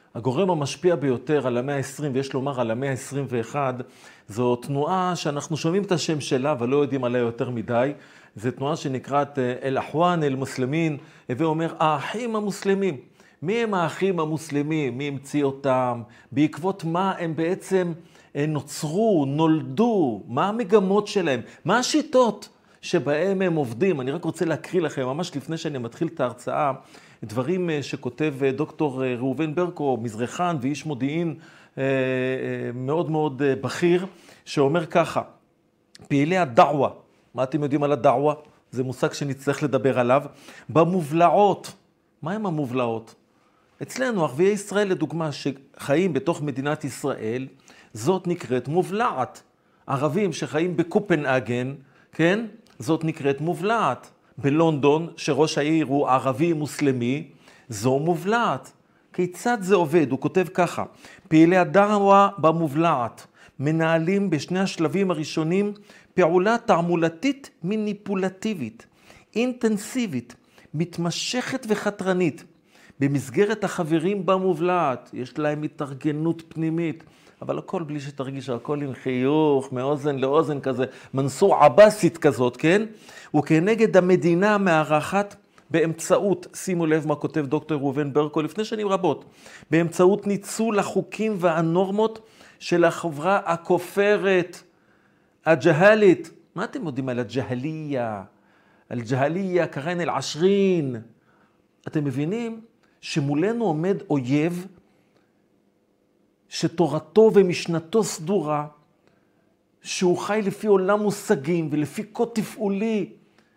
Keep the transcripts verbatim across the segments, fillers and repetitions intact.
הגורם המשפיע ביותר על המאה ה-עשרים, ויש לומר על המאה ה-עשרים ואחת, זו תנועה שאנחנו שומעים את השם שלה ולא יודעים עליה יותר מדי. זו תנועה שנקראת אל-אחואן אל-מוסלמין, ואומר, האחים המוסלמים. מי הם האחים המוסלמים? מי המציא אותם? בעקבות מה הם בעצם נוצרו, נולדו? מה המגמות שלהם? מה השיטות שבהם הם עובדים? אני רק רוצה להקריא לכם, ממש לפני שאני מתחיל את ההרצאה, דברים שכותב דוקטור ראובן ברקו, מזרחן ואיש מודיעין מאוד מאוד בכיר, שאומר ככה, פעילי הדעווה, מה אתם יודעים על הדעווה? זה מושג שנצטרך לדבר עליו. במובלעות, מה הם המובלעות? אצלנו, ערביי ישראל לדוגמה, שחיים בתוך מדינת ישראל, זאת נקראת מובלעת. ערבים שחיים בקופנהגן, כן? זאת נקראת מובלעת. בלונדון, שראש העיר הוא ערבי מוסלמי, זו מובלעת. כיצד זה עובד? הוא כותב ככה, פעילי הדעווה במובלעת, מנהלים בשני השלבים הראשונים פעולה תעמולתית מניפולטיבית, אינטנסיבית, מתמשכת וחתרנית. במסגרת החברים במובלעת, יש להם התארגנות פנימית, אבל הכל בלי שתרגיש, הכל עם חיוך, מאוזן לאוזן כזה, מנסור עבאסית כזאת, כן? וכנגד המדינה מארחת באמצעות, שימו לב מה כותב דוקטור ראובן ברקו לפני שנים רבות, באמצעות ניצול החוקים והנורמות של החברה הכופרת, הג'הלית. מה אתם יודעים על הג'הליה? על ג'הליה, קרן אל עשרין. אתם מבינים שמולנו עומד אויב שתורתו ומשנתו סדורה, שהוא חי לפי עולם מושגים ולפי קוד תפעולי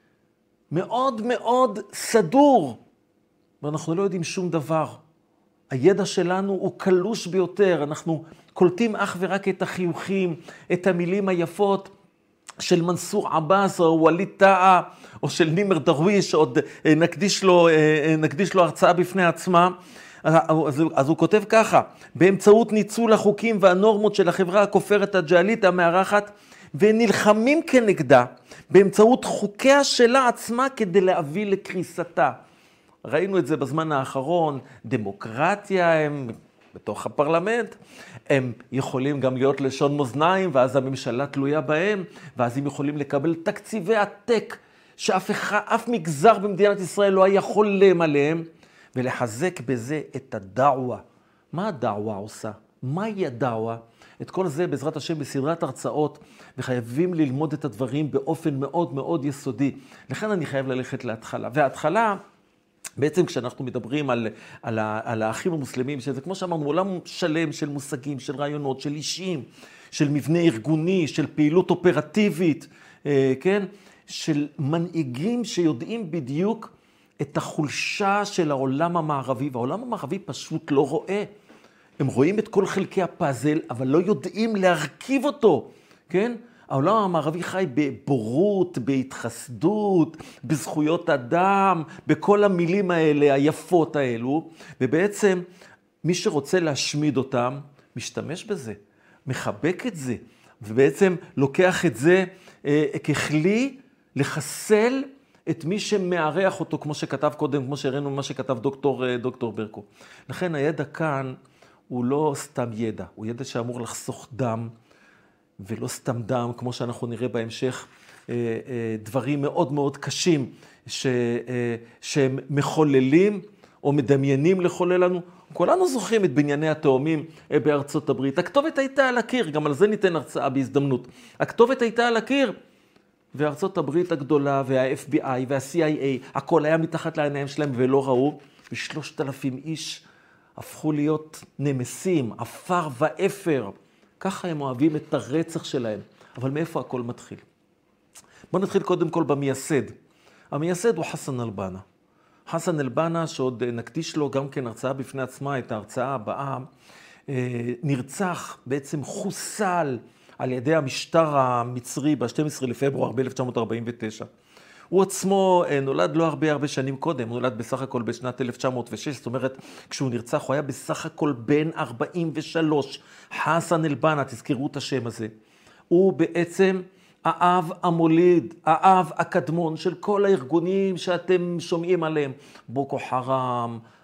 מאוד מאוד סדור, ואנחנו לא יודעים שום דבר. הידע שלנו הוא קלוש ביותר, אנחנו קולטים אך ורק את החיוכים, את המילים היפות של מנסור עבאס או ווליד טאה או של נימר דרוויש, עוד נקדיש לו, נקדיש לו הרצאה בפני עצמה. אז, אז הוא כותב ככה, באמצעות ניצול החוקים והנורמות של החברה הכופרת הג'הלית המארחת, ונלחמים כנגדה באמצעות חוקיה שלה עצמה כדי להביא לקריסתה. ראינו את זה בזמן האחרון, דמוקרטיה הם בתוך הפרלמנט, הם יכולים גם להיות לשון מאזניים, ואז הממשלה תלויה בהם, ואז הם יכולים לקבל תקציבי עתק, שאף אחד, אף מגזר במדינת ישראל לא היה חולם עליהם, ולחזק בזה את הדעווה. מה הדעווה עושה? מהי הדעווה? את כל זה בעזרת השם בסדרת הרצאות, וחייבים ללמוד את הדברים באופן מאוד מאוד יסודי. לכן אני חייב ללכת להתחלה. וההתחלה, בעצם כשאנחנו מדברים על, על, על האחים המוסלמים, שזה כמו שאמרנו, עולם שלם של מושגים, של רעיונות, של אישים, של מבנה ארגוני, של פעילות אופרטיבית, כן? של מנהיגים שיודעים בדיוק את החולשה של העולם המערבי, והעולם המערבי פשוט לא רואה. הם רואים את כל חלקי הפאזל, אבל לא יודעים להרכיב אותו, כן? העולם המערבי חי בבורות, בהתחסדות, בזכויות אדם, בכל המילים האלה, היפות האלו, ובעצם מי שרוצה להשמיד אותם, משתמש בזה, מחבק את זה, ובעצם לוקח את זה אה, ככלי לחסל את מי שמארח אותו, כמו שכתב קודם, כמו שהראינו מה שכתב דוקטור, דוקטור ברקו. לכן הידע כאן הוא לא סתם ידע, הוא ידע שאמור לחסוך דם, ולא סתם דם, כמו שאנחנו נראה בהמשך, דברים מאוד מאוד קשים ש, שהם מחוללים או מדמיינים לחולל לנו. כולנו זוכרים את בנייני התאומים בארצות הברית. הכתובת הייתה על הקיר, גם על זה ניתן הרצאה בהזדמנות. הכתובת הייתה על הקיר, וארצות הברית הגדולה וה-אף בי איי וה-סי איי איי, הכל היה מתחת לעיניים שלהם ולא ראו, ושלושת אלפים איש הפכו להיות נמסים, אפר ואפר. ככה הם אוהבים את הרצח שלהם. אבל מאיפה הכל מתחיל? בואו נתחיל קודם כל במייסד. המייסד הוא חסן אל-בנה. חסן אל-בנה, שעוד נקדיש לו גם כן הרצאה בפני עצמה, את ההרצאה הבאה, נרצח, בעצם חוסל על ידי המשטר המצרי ב-שנים עשר לפברואר ב-אלף תשע מאות ארבעים ותשע. הוא עצמו נולד לא הרבה הרבה שנים קודם, הוא נולד בסך הכל בשנת אלף תשע מאות ושש, זאת אומרת, כשהוא נרצח הוא היה בסך הכל בן ארבעים ושלוש. חסן אל-בנה, תזכרו את השם הזה. הוא בעצם האב המוליד, האב הקדמון של כל הארגונים שאתם שומעים עליהם. בוקו חרם,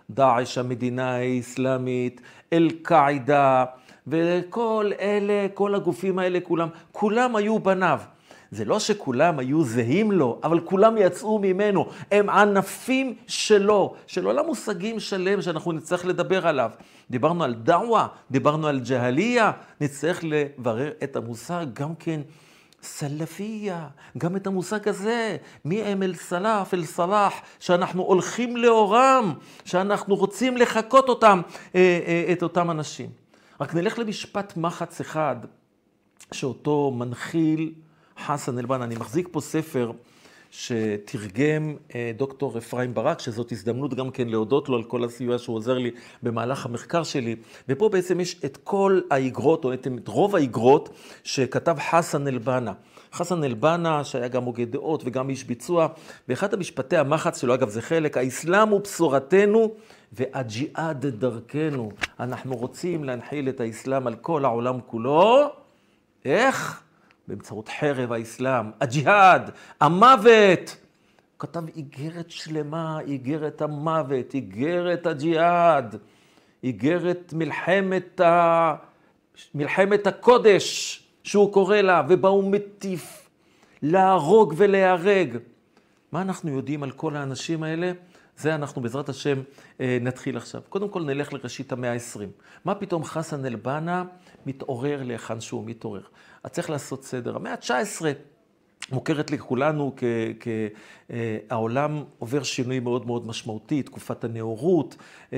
דאעש, המדינה האסלאמית, אל-קאעידה, וכל אלה, כל הגופים האלה, כולם, כולם היו בניו. זה לא שכולם היו זהים לו, אבל כולם יצאו ממנו. הם ענפים שלו, של עולם מושגים שלם שאנחנו נצטרך לדבר עליו. דיברנו על דעווה, דיברנו על ג'הליה, נצטרך לברר את המושג גם כן סלפיה, גם את המושג הזה, מי הם אל סלאף, אל סלאח, שאנחנו הולכים לאורם, שאנחנו רוצים לחקות אותם, את אותם אנשים. רק נלך למשפט מחץ אחד, שאותו מנחיל חסן אל-בנה. אני מחזיק פה ספר שתרגם דוקטור אפרים ברק, שזאת הזדמנות גם כן להודות לו על כל הסיוע שהוא עוזר לי במהלך המחקר שלי. ופה בעצם יש את כל האגרות, או את רוב האגרות שכתב חסן אל-בנה. חסן אל-בנה, שהיה גם הוגה דעות וגם איש ביצוע, באחד המשפטי המחץ שלו, אגב זה חלק, האסלאם הוא בשורתנו והג'יהאד דרכנו. אנחנו רוצים להנחיל את האסלאם על כל העולם כולו. איך? באמצעות חרב האסלאם, הג'יהאד, המוות. כתב איגרת שלמה, איגרת המוות, איגרת הג'יהאד, איגרת מלחמת, ה... מלחמת הקודש שהוא קורא לה, ובה הוא מטיף להרוג ולהרג. מה אנחנו יודעים על כל האנשים האלה? זה אנחנו בעזרת השם נתחיל עכשיו. קודם כל נלך לראשית המאה ה-עשרים. מה פתאום חסן אל-בנה מתעורר להיכן שהוא מתעורר? אז צריך לעשות סדר. המאה ה-תשע עשרה מוכרת לכולנו כהעולם עובר שינוי מאוד מאוד משמעותי, תקופת הנאורות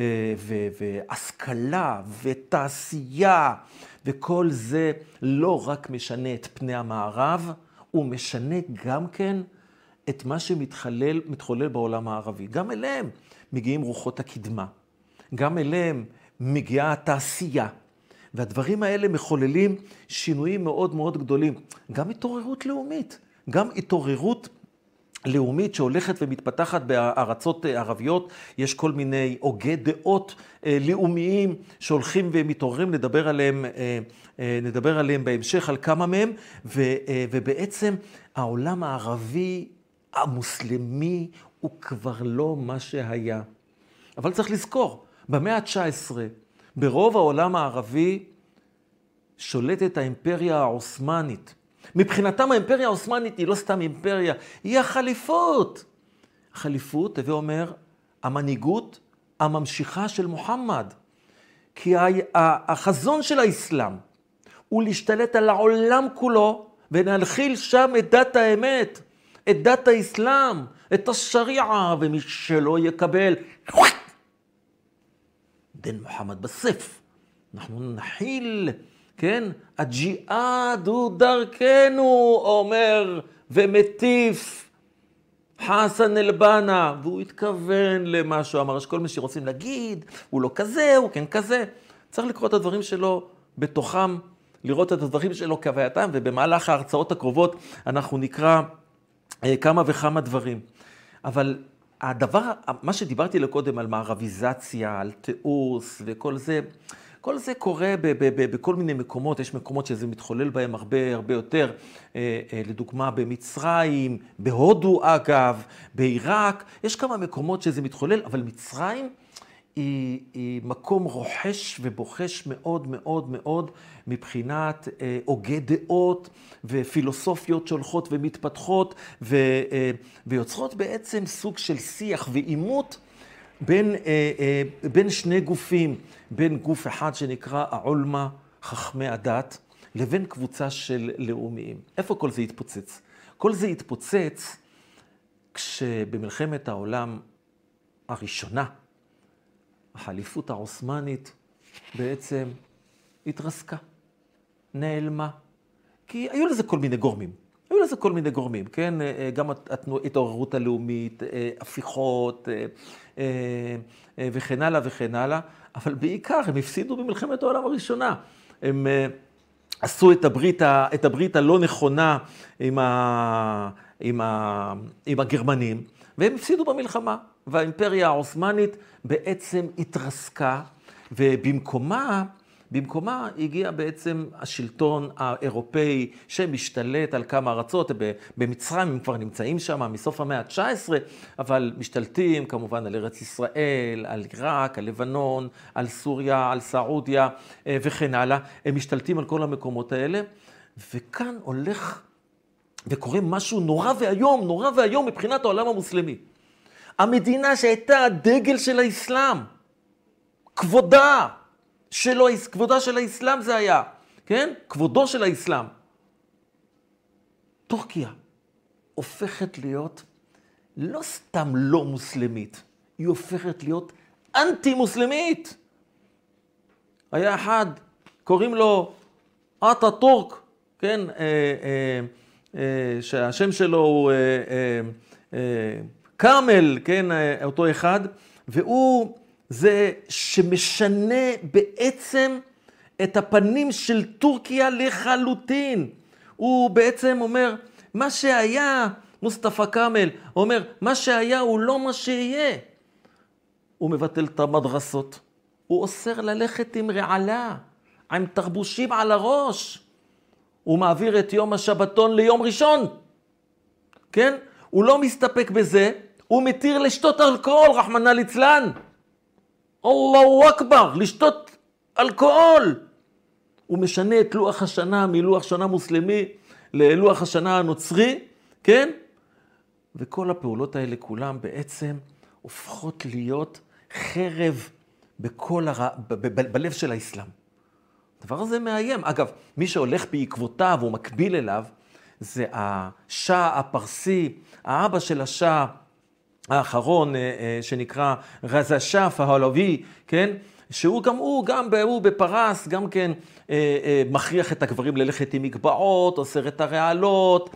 והשכלה ותעשייה, וכל זה לא רק משנה את פני המערב, הוא משנה גם כן את מה שמתחולל מתחולל בעולם הערבי. גם אליהם מגיעים רוחות הקדמה, גם אליהם מגיעה התעשייה, והדברים האלה מחוללים שינויים מאוד מאוד גדולים. גם התעוררות לאומית, גם התעוררות לאומית שהולכת ומתפתחת בארצות ערביות. יש כל מיני הוגי דעות לאומיים שהולכים ומתעוררים, נדבר עליהם, נדבר עליהם בהמשך, על כמה מהם, ובעצם העולם הערבי המוסלמי הוא כבר לא מה שהיה. אבל צריך לזכור, במאה ה-תשע עשרה, ברוב העולם הערבי שולטת האימפריה העות'מאנית. מבחינתם האימפריה העות'מאנית היא לא סתם אימפריה, היא החליפות. החליפות, הווה אומר, המנהיגות הממשיכה של מוחמד. כי החזון של האסלאם הוא להשתלט על העולם כולו, ונלחיל שם את דת האמת, את דת האסלאם, את השריעה, ומי שלא יקבל דין מוחמד בסף. אנחנו נחיל, כן? הג'יהאד הוא דרכנו, אומר ומטיף חסן אל-בנה, והוא התכוון למה שהוא אמר. יש כל מי שרוצים להגיד, הוא לא כזה, הוא כן כזה. צריך לקרוא את הדברים שלו בתוכם, לראות את הדברים שלו כהווייתם, ובמהלך ההרצאות הקרובות אנחנו נקרא כמה וכמה דברים. אבל הדבר, מה שדיברתי לקודם על מערביזציה, על תיעוש וכל זה, כל זה קורה ב- ב- ב- בכל מיני מקומות. יש מקומות שזה מתחולל בהם הרבה הרבה יותר, לדוגמה במצרים, בהודו אגב, בעיראק, יש כמה מקומות שזה מתחולל, אבל מצרים היא, היא מקום רוחש ובוחש מאוד מאוד מאוד מבחינת הוגי דעות ופילוסופיות שהולכות ומתפתחות ו, ויוצרות בעצם סוג של שיח ואימות בין, בין שני גופים, בין גוף אחד שנקרא העולמה, חכמי הדת, לבין קבוצה של לאומיים. איפה כל זה התפוצץ? כל זה התפוצץ כשבמלחמת העולם הראשונה, החליפות העות'מאנית בעצם התרסקה, נעלמה, כי היו לזה כל מיני גורמים. היו לזה כל מיני גורמים, כן? גם התעוררות הלאומית, הפיכות וכן הלאה וכן הלאה, אבל בעיקר הם הפסידו במלחמת העולם הראשונה. הם עשו את הברית, את הברית הלא נכונה עם, ה, עם, ה, עם הגרמנים, והם הפסידו במלחמה. והאימפריה העות'מאנית בעצם התרסקה, ובמקומה במקומה הגיע בעצם השלטון האירופאי שמשתלט על כמה ארצות, במצרים הם כבר נמצאים שם מסוף המאה ה-תשע עשרה, אבל משתלטים כמובן על ארץ ישראל, על עיראק, על לבנון, על סוריה, על סעודיה וכן הלאה. הם משתלטים על כל המקומות האלה, וכאן הולך וקורה משהו נורא והיום, נורא והיום מבחינת העולם המוסלמי. המדינה שהייתה הדגל של האסלאם, כבודה שלו, כבודה של האסלאם זה היה, כן? כבודו של האסלאם. טורקיה הופכת להיות לא סתם לא מוסלמית, היא הופכת להיות אנטי-מוסלמית. היה אחד, קוראים לו אטאטורק, כן? אה, אה, אה, שהשם שלו הוא אה, אה, אה, קרמל, כן? אותו אחד, והוא זה שמשנה בעצם את הפנים של טורקיה לחלוטין. הוא בעצם אומר, מה שהיה, מוסטפא קאמל אומר, מה שהיה הוא לא מה שיהיה. הוא מבטל את המדרסות, הוא אוסר ללכת עם רעלה, עם תרבושים על הראש. הוא מעביר את יום השבתון ליום ראשון. כן? הוא לא מסתפק בזה, הוא מתיר לשתות אלכוהול, רחמנא ליצלן. אללהו אכבר, לשתות אלכוהול. הוא משנה את לוח השנה מלוח שנה מוסלמי ללוח השנה הנוצרי, כן? וכל הפעולות האלה כולם בעצם הופכות להיות חרב בכל הר... ב- ב- ב- בלב של האסלאם. הדבר הזה מאיים. אגב, מי שהולך בעקבותיו הוא מקביל אליו, זה השאה הפרסי, האבא של השאה האחרון שנקרא רזה שאה פהלווי, כן? שהוא גם הוא, גם הוא בפרס, גם כן מכריח את הגברים ללכת עם מגבעות, אוסר את הרעלות,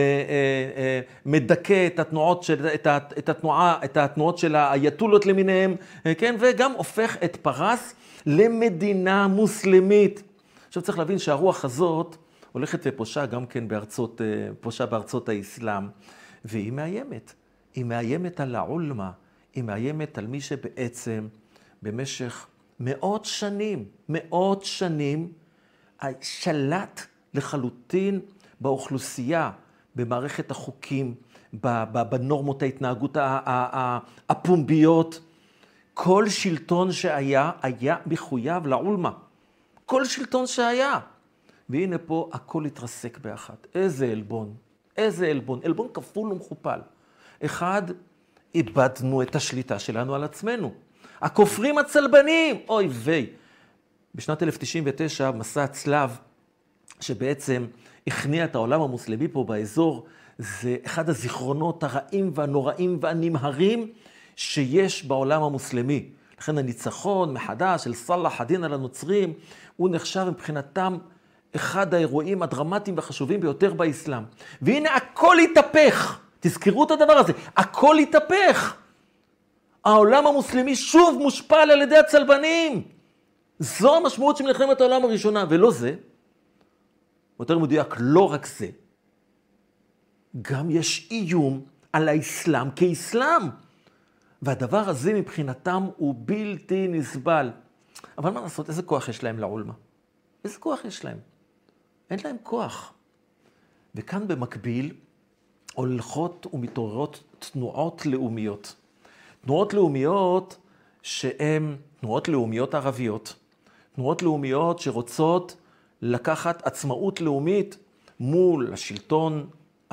מדכא את התנועות של, את, את התנועה, את התנועות של האייתולות למיניהם, כן? וגם הופך את פרס למדינה מוסלמית. עכשיו צריך להבין שהרוח הזאת הולכת ופושה גם כן בארצות, פושה בארצות האסלאם, והיא מאיימת. היא מאיימת על העולמה, היא מאיימת על מי שבעצם במשך מאות שנים, מאות שנים, שלט לחלוטין באוכלוסייה, במערכת החוקים, בנורמות ההתנהגות הפומביות. כל שלטון שהיה, היה מחויב לעולמה. כל שלטון שהיה. והנה פה הכל התרסק באחד. איזה אלבון, איזה אלבון, אלבון כפול ומכופל. אחד, איבדנו את השליטה שלנו על עצמנו. הכופרים הצלבנים, אוי ויי. בשנת אלף תשעים ותשע, מסע הצלב, שבעצם הכניע את העולם המוסלמי פה באזור, זה אחד הזיכרונות הרעים והנוראים והנמהרים שיש בעולם המוסלמי. לכן הניצחון מחדש של סלאח א-דין על הנוצרים, הוא נחשב מבחינתם אחד האירועים הדרמטיים והחשובים ביותר באסלאם. והנה הכל התהפך. תזכרו את הדבר הזה, הכל התהפך. העולם המוסלמי שוב מושפל על ידי הצלבנים. זו המשמעות של מלחמת העולם הראשונה, ולא זה. יותר מדויק, לא רק זה. גם יש איום על האסלאם כאסלאם. והדבר הזה מבחינתם הוא בלתי נסבל. אבל מה לעשות, איזה כוח יש להם לעולמה? איזה כוח יש להם? אין להם כוח. וכאן במקביל הולכות ומתעוררות תנועות לאומיות. תנועות לאומיות שהן תנועות לאומיות ערביות. תנועות לאומיות שרוצות לקחת עצמאות לאומית מול השלטון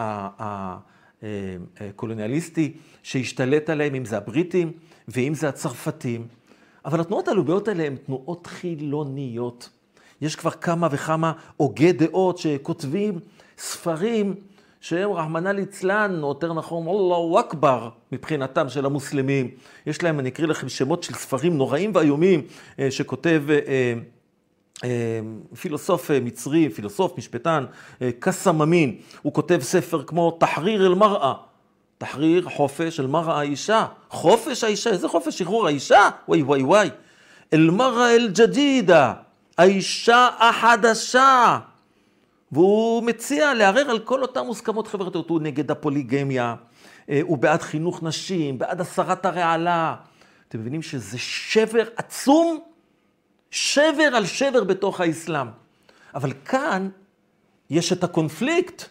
הקולוניאליסטי שהשתלט עליהם, אם זה הבריטים ואם זה הצרפתים. אבל התנועות הלאומיות האלה הן תנועות חילוניות. יש כבר כמה וכמה הוגי דעות שכותבים ספרים שהם רחמנא ליצלן, או יותר נכון, אללהו אכבר, מבחינתם של המוסלמים. יש להם, אני אקריא לכם שמות של ספרים נוראים ואיומים, שכותב פילוסוף מצרי, פילוסוף, משפטן, קסם אמין. הוא כותב ספר כמו תחריר אל-מראה, תחריר חופש אל-מראה האישה. חופש האישה, איזה חופש שחרור האישה? וואי וואי וואי. אל-מראה אל-ג'דידה, האישה החדשה. והוא מציע לערער על כל אותם מוסכמות חברתיות. הוא נגד הפוליגמיה, הוא בעד חינוך נשים, בעד הסרת הרעלה. אתם מבינים שזה שבר עצום שבר על שבר בתוך האסלאם. אבל כאן יש את הקונפליקט.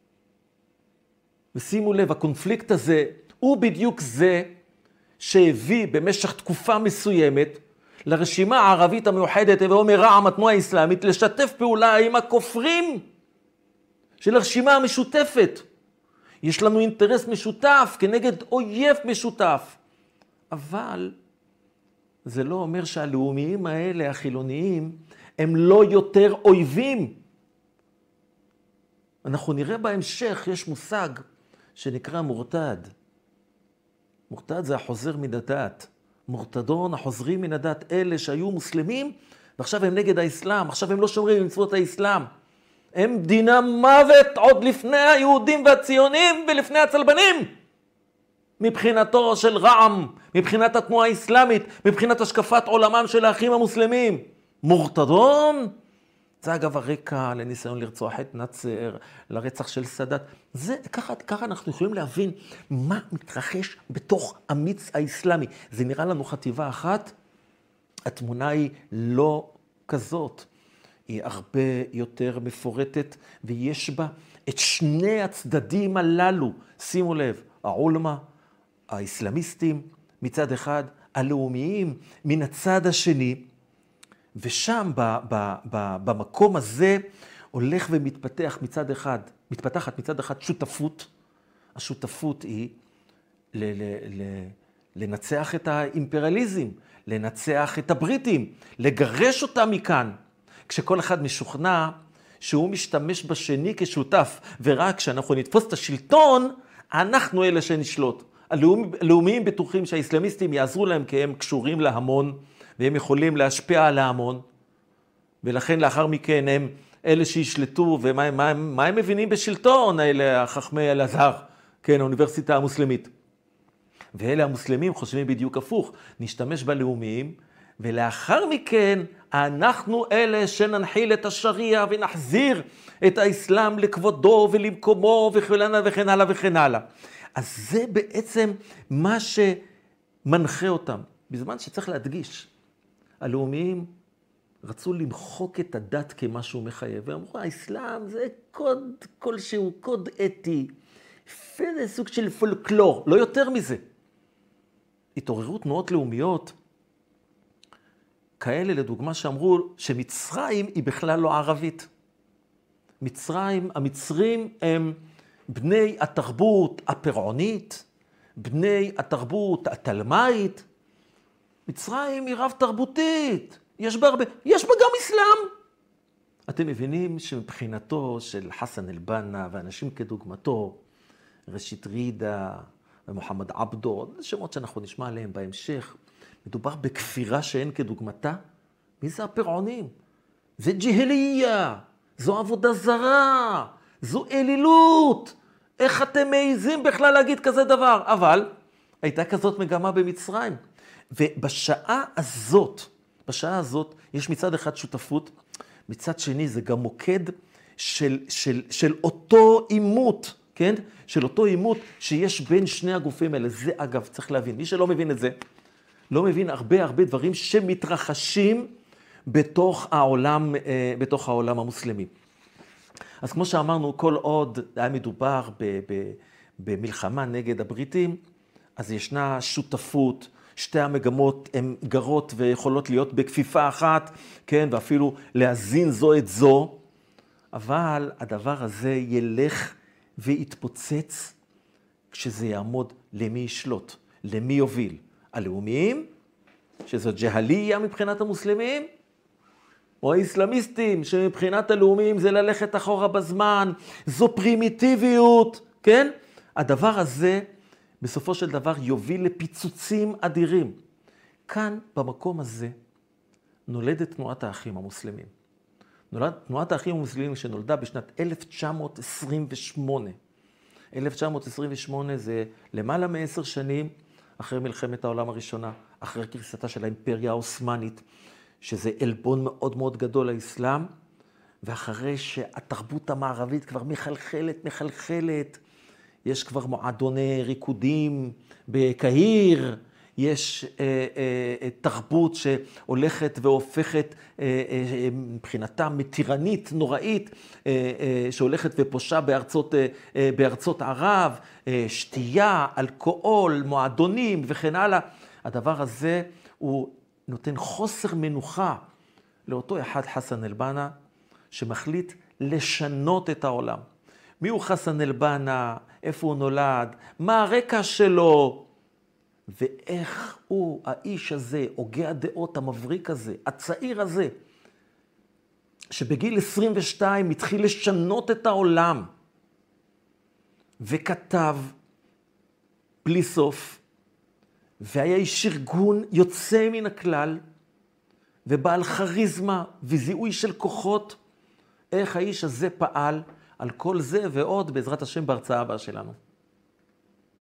ושימו לב, הקונפליקט הזה הוא בדיוק זה שהביא במשך תקופה מסוימת לרשימה הערבית המאוחדת, ואומר רע"מ, התנועה האסלאמית, לשתף פעולה עם הכופרים של הרשימה המשותפת. יש לנו אינטרס משותף כנגד אויב משותף. אבל זה לא אומר שהלאומיים האלה, החילוניים, הם לא יותר אויבים. אנחנו נראה בהמשך, יש מושג שנקרא מורתד. מורתד זה החוזר מן הדת. מורתדון, החוזרים מן הדת, אלה שהיו מוסלמים, ועכשיו הם נגד האסלאם, עכשיו הם לא שומרים מצוות האסלאם. הם דינם מוות עוד לפני היהודים והציונים ולפני הצלבנים. מבחינתו של רע"מ, מבחינת התנועה האסלאמית, מבחינת השקפת עולמם של האחים המוסלמים. מורתדון, זה אגב הרקע לניסיון לרצוח את נאצר, לרצח של סאדאת. זה, ככה, ככה אנחנו יכולים להבין מה מתרחש בתוך המיץ האסלאמי. זה נראה לנו חטיבה אחת, התמונה היא לא כזאת. היא הרבה יותר מפורטת, ויש בה את שני הצדדים הללו. שימו לב, העולמה, האסלאמיסטים מצד אחד, הלאומיים מן הצד השני, ושם ב, ב, ב, במקום הזה הולך ומתפתח מצד אחד, מתפתחת מצד אחד שותפות. השותפות היא ל, ל, ל, לנצח את האימפריאליזם, לנצח את הבריטים, לגרש אותם מכאן. כשכל אחד משוכנע שהוא משתמש בשני כשותף, ורק כשאנחנו נתפוס את השלטון, אנחנו אלה שנשלוט. הלאומיים בטוחים שהאסלאמיסטים יעזרו להם כי הם קשורים להמון, והם יכולים להשפיע על ההמון, ולכן לאחר מכן הם אלה שישלטו, ומה מה, מה הם מבינים בשלטון, אלה החכמי אל-אזהר, כן, האוניברסיטה המוסלמית. ואלה המוסלמים חושבים בדיוק הפוך, נשתמש בלאומיים, ולאחר מכן אנחנו אלה שננחיל את השריעה ונחזיר את האסלאם לכבודו ולמקומו וכן הלאה וכן הלאה וכן הלאה. אז זה בעצם מה שמנחה אותם. בזמן שצריך להדגיש, הלאומיים רצו למחוק את הדת כמשהו מחייב, ואמרו, האסלאם זה קוד כלשהו, קוד אתי, זה סוג של פולקלור, לא יותר מזה. התעוררו תנועות לאומיות, כאלה לדוגמה שאמרו שמצרים היא בכלל לא ערבית. מצרים, המצרים הם בני התרבות הפרעונית, בני התרבות התלמאית. מצרים היא רב תרבותית, יש בה הרבה, יש בה גם אסלאם. אתם מבינים שמבחינתו של חסן אל-בנה ואנשים כדוגמתו, ראשית רידה ומוחמד עבדו, שמות שאנחנו נשמע עליהם בהמשך, מדובר בכפירה שאין כדוגמתה. מי זה הפרעונים? זה ג'הליה, זו עבודה זרה, זו אלילות. איך אתם מעיזים בכלל להגיד כזה דבר? אבל הייתה כזאת מגמה במצרים. ובשעה הזאת, בשעה הזאת, יש מצד אחד שותפות, מצד שני זה גם מוקד של, של, של אותו עימות, כן? של אותו עימות שיש בין שני הגופים האלה. זה אגב, צריך להבין, מי שלא מבין את זה, לא מבין הרבה הרבה דברים שמתרחשים בתוך העולם, בתוך העולם המוסלמי. אז כמו שאמרנו, כל עוד היה מדובר ב, ב, במלחמה נגד הבריטים, אז ישנה שותפות, שתי המגמות הן גרות ויכולות להיות בכפיפה אחת, כן, ואפילו להזין זו את זו, אבל הדבר הזה ילך ויתפוצץ כשזה יעמוד למי ישלוט, למי יוביל. הלאומיים, שזו ג'הליה מבחינת המוסלמים, או האסלאמיסטים, שמבחינת הלאומיים זה ללכת אחורה בזמן, זו פרימיטיביות, כן? הדבר הזה בסופו של דבר יוביל לפיצוצים אדירים. כאן, במקום הזה, נולדת תנועת האחים המוסלמים. נולד, תנועת האחים המוסלמים שנולדה בשנת אלף תשע מאות עשרים ושמונה. אלף תשע מאות עשרים ושמונה זה למעלה מעשר שנים אחרי מלחמת העולם הראשונה, אחרי קריסתה של האימפריה האוסמנית, שזה אלבון מאוד מאוד גדול לאסלאם, ואחרי שהתרבות המערבית כבר מחלחלת, מחלחלת, יש כבר מועדוני ריקודים בקהיר, יש אה, אה, תרבות שהולכת והופכת אה, אה, מבחינתה מתירנית, נוראית, אה, אה, שהולכת ופושה בארצות, אה, אה, בארצות ערב, אה, שתייה, אלכוהול, מועדונים וכן הלאה. הדבר הזה הוא נותן חוסר מנוחה לאותו אחד חסן אל-בנה שמחליט לשנות את העולם. מי הוא חסן אל-בנה? איפה הוא נולד? מה הרקע שלו? ואיך הוא, האיש הזה, הוגה הדעות המבריק הזה, הצעיר הזה, שבגיל עשרים ושתיים התחיל לשנות את העולם, וכתב בלי סוף, והיה איש ארגון יוצא מן הכלל, ובעל חריזמה וזיהוי של כוחות, איך האיש הזה פעל. על כל זה ועוד בעזרת השם בהרצאה הבאה שלנו.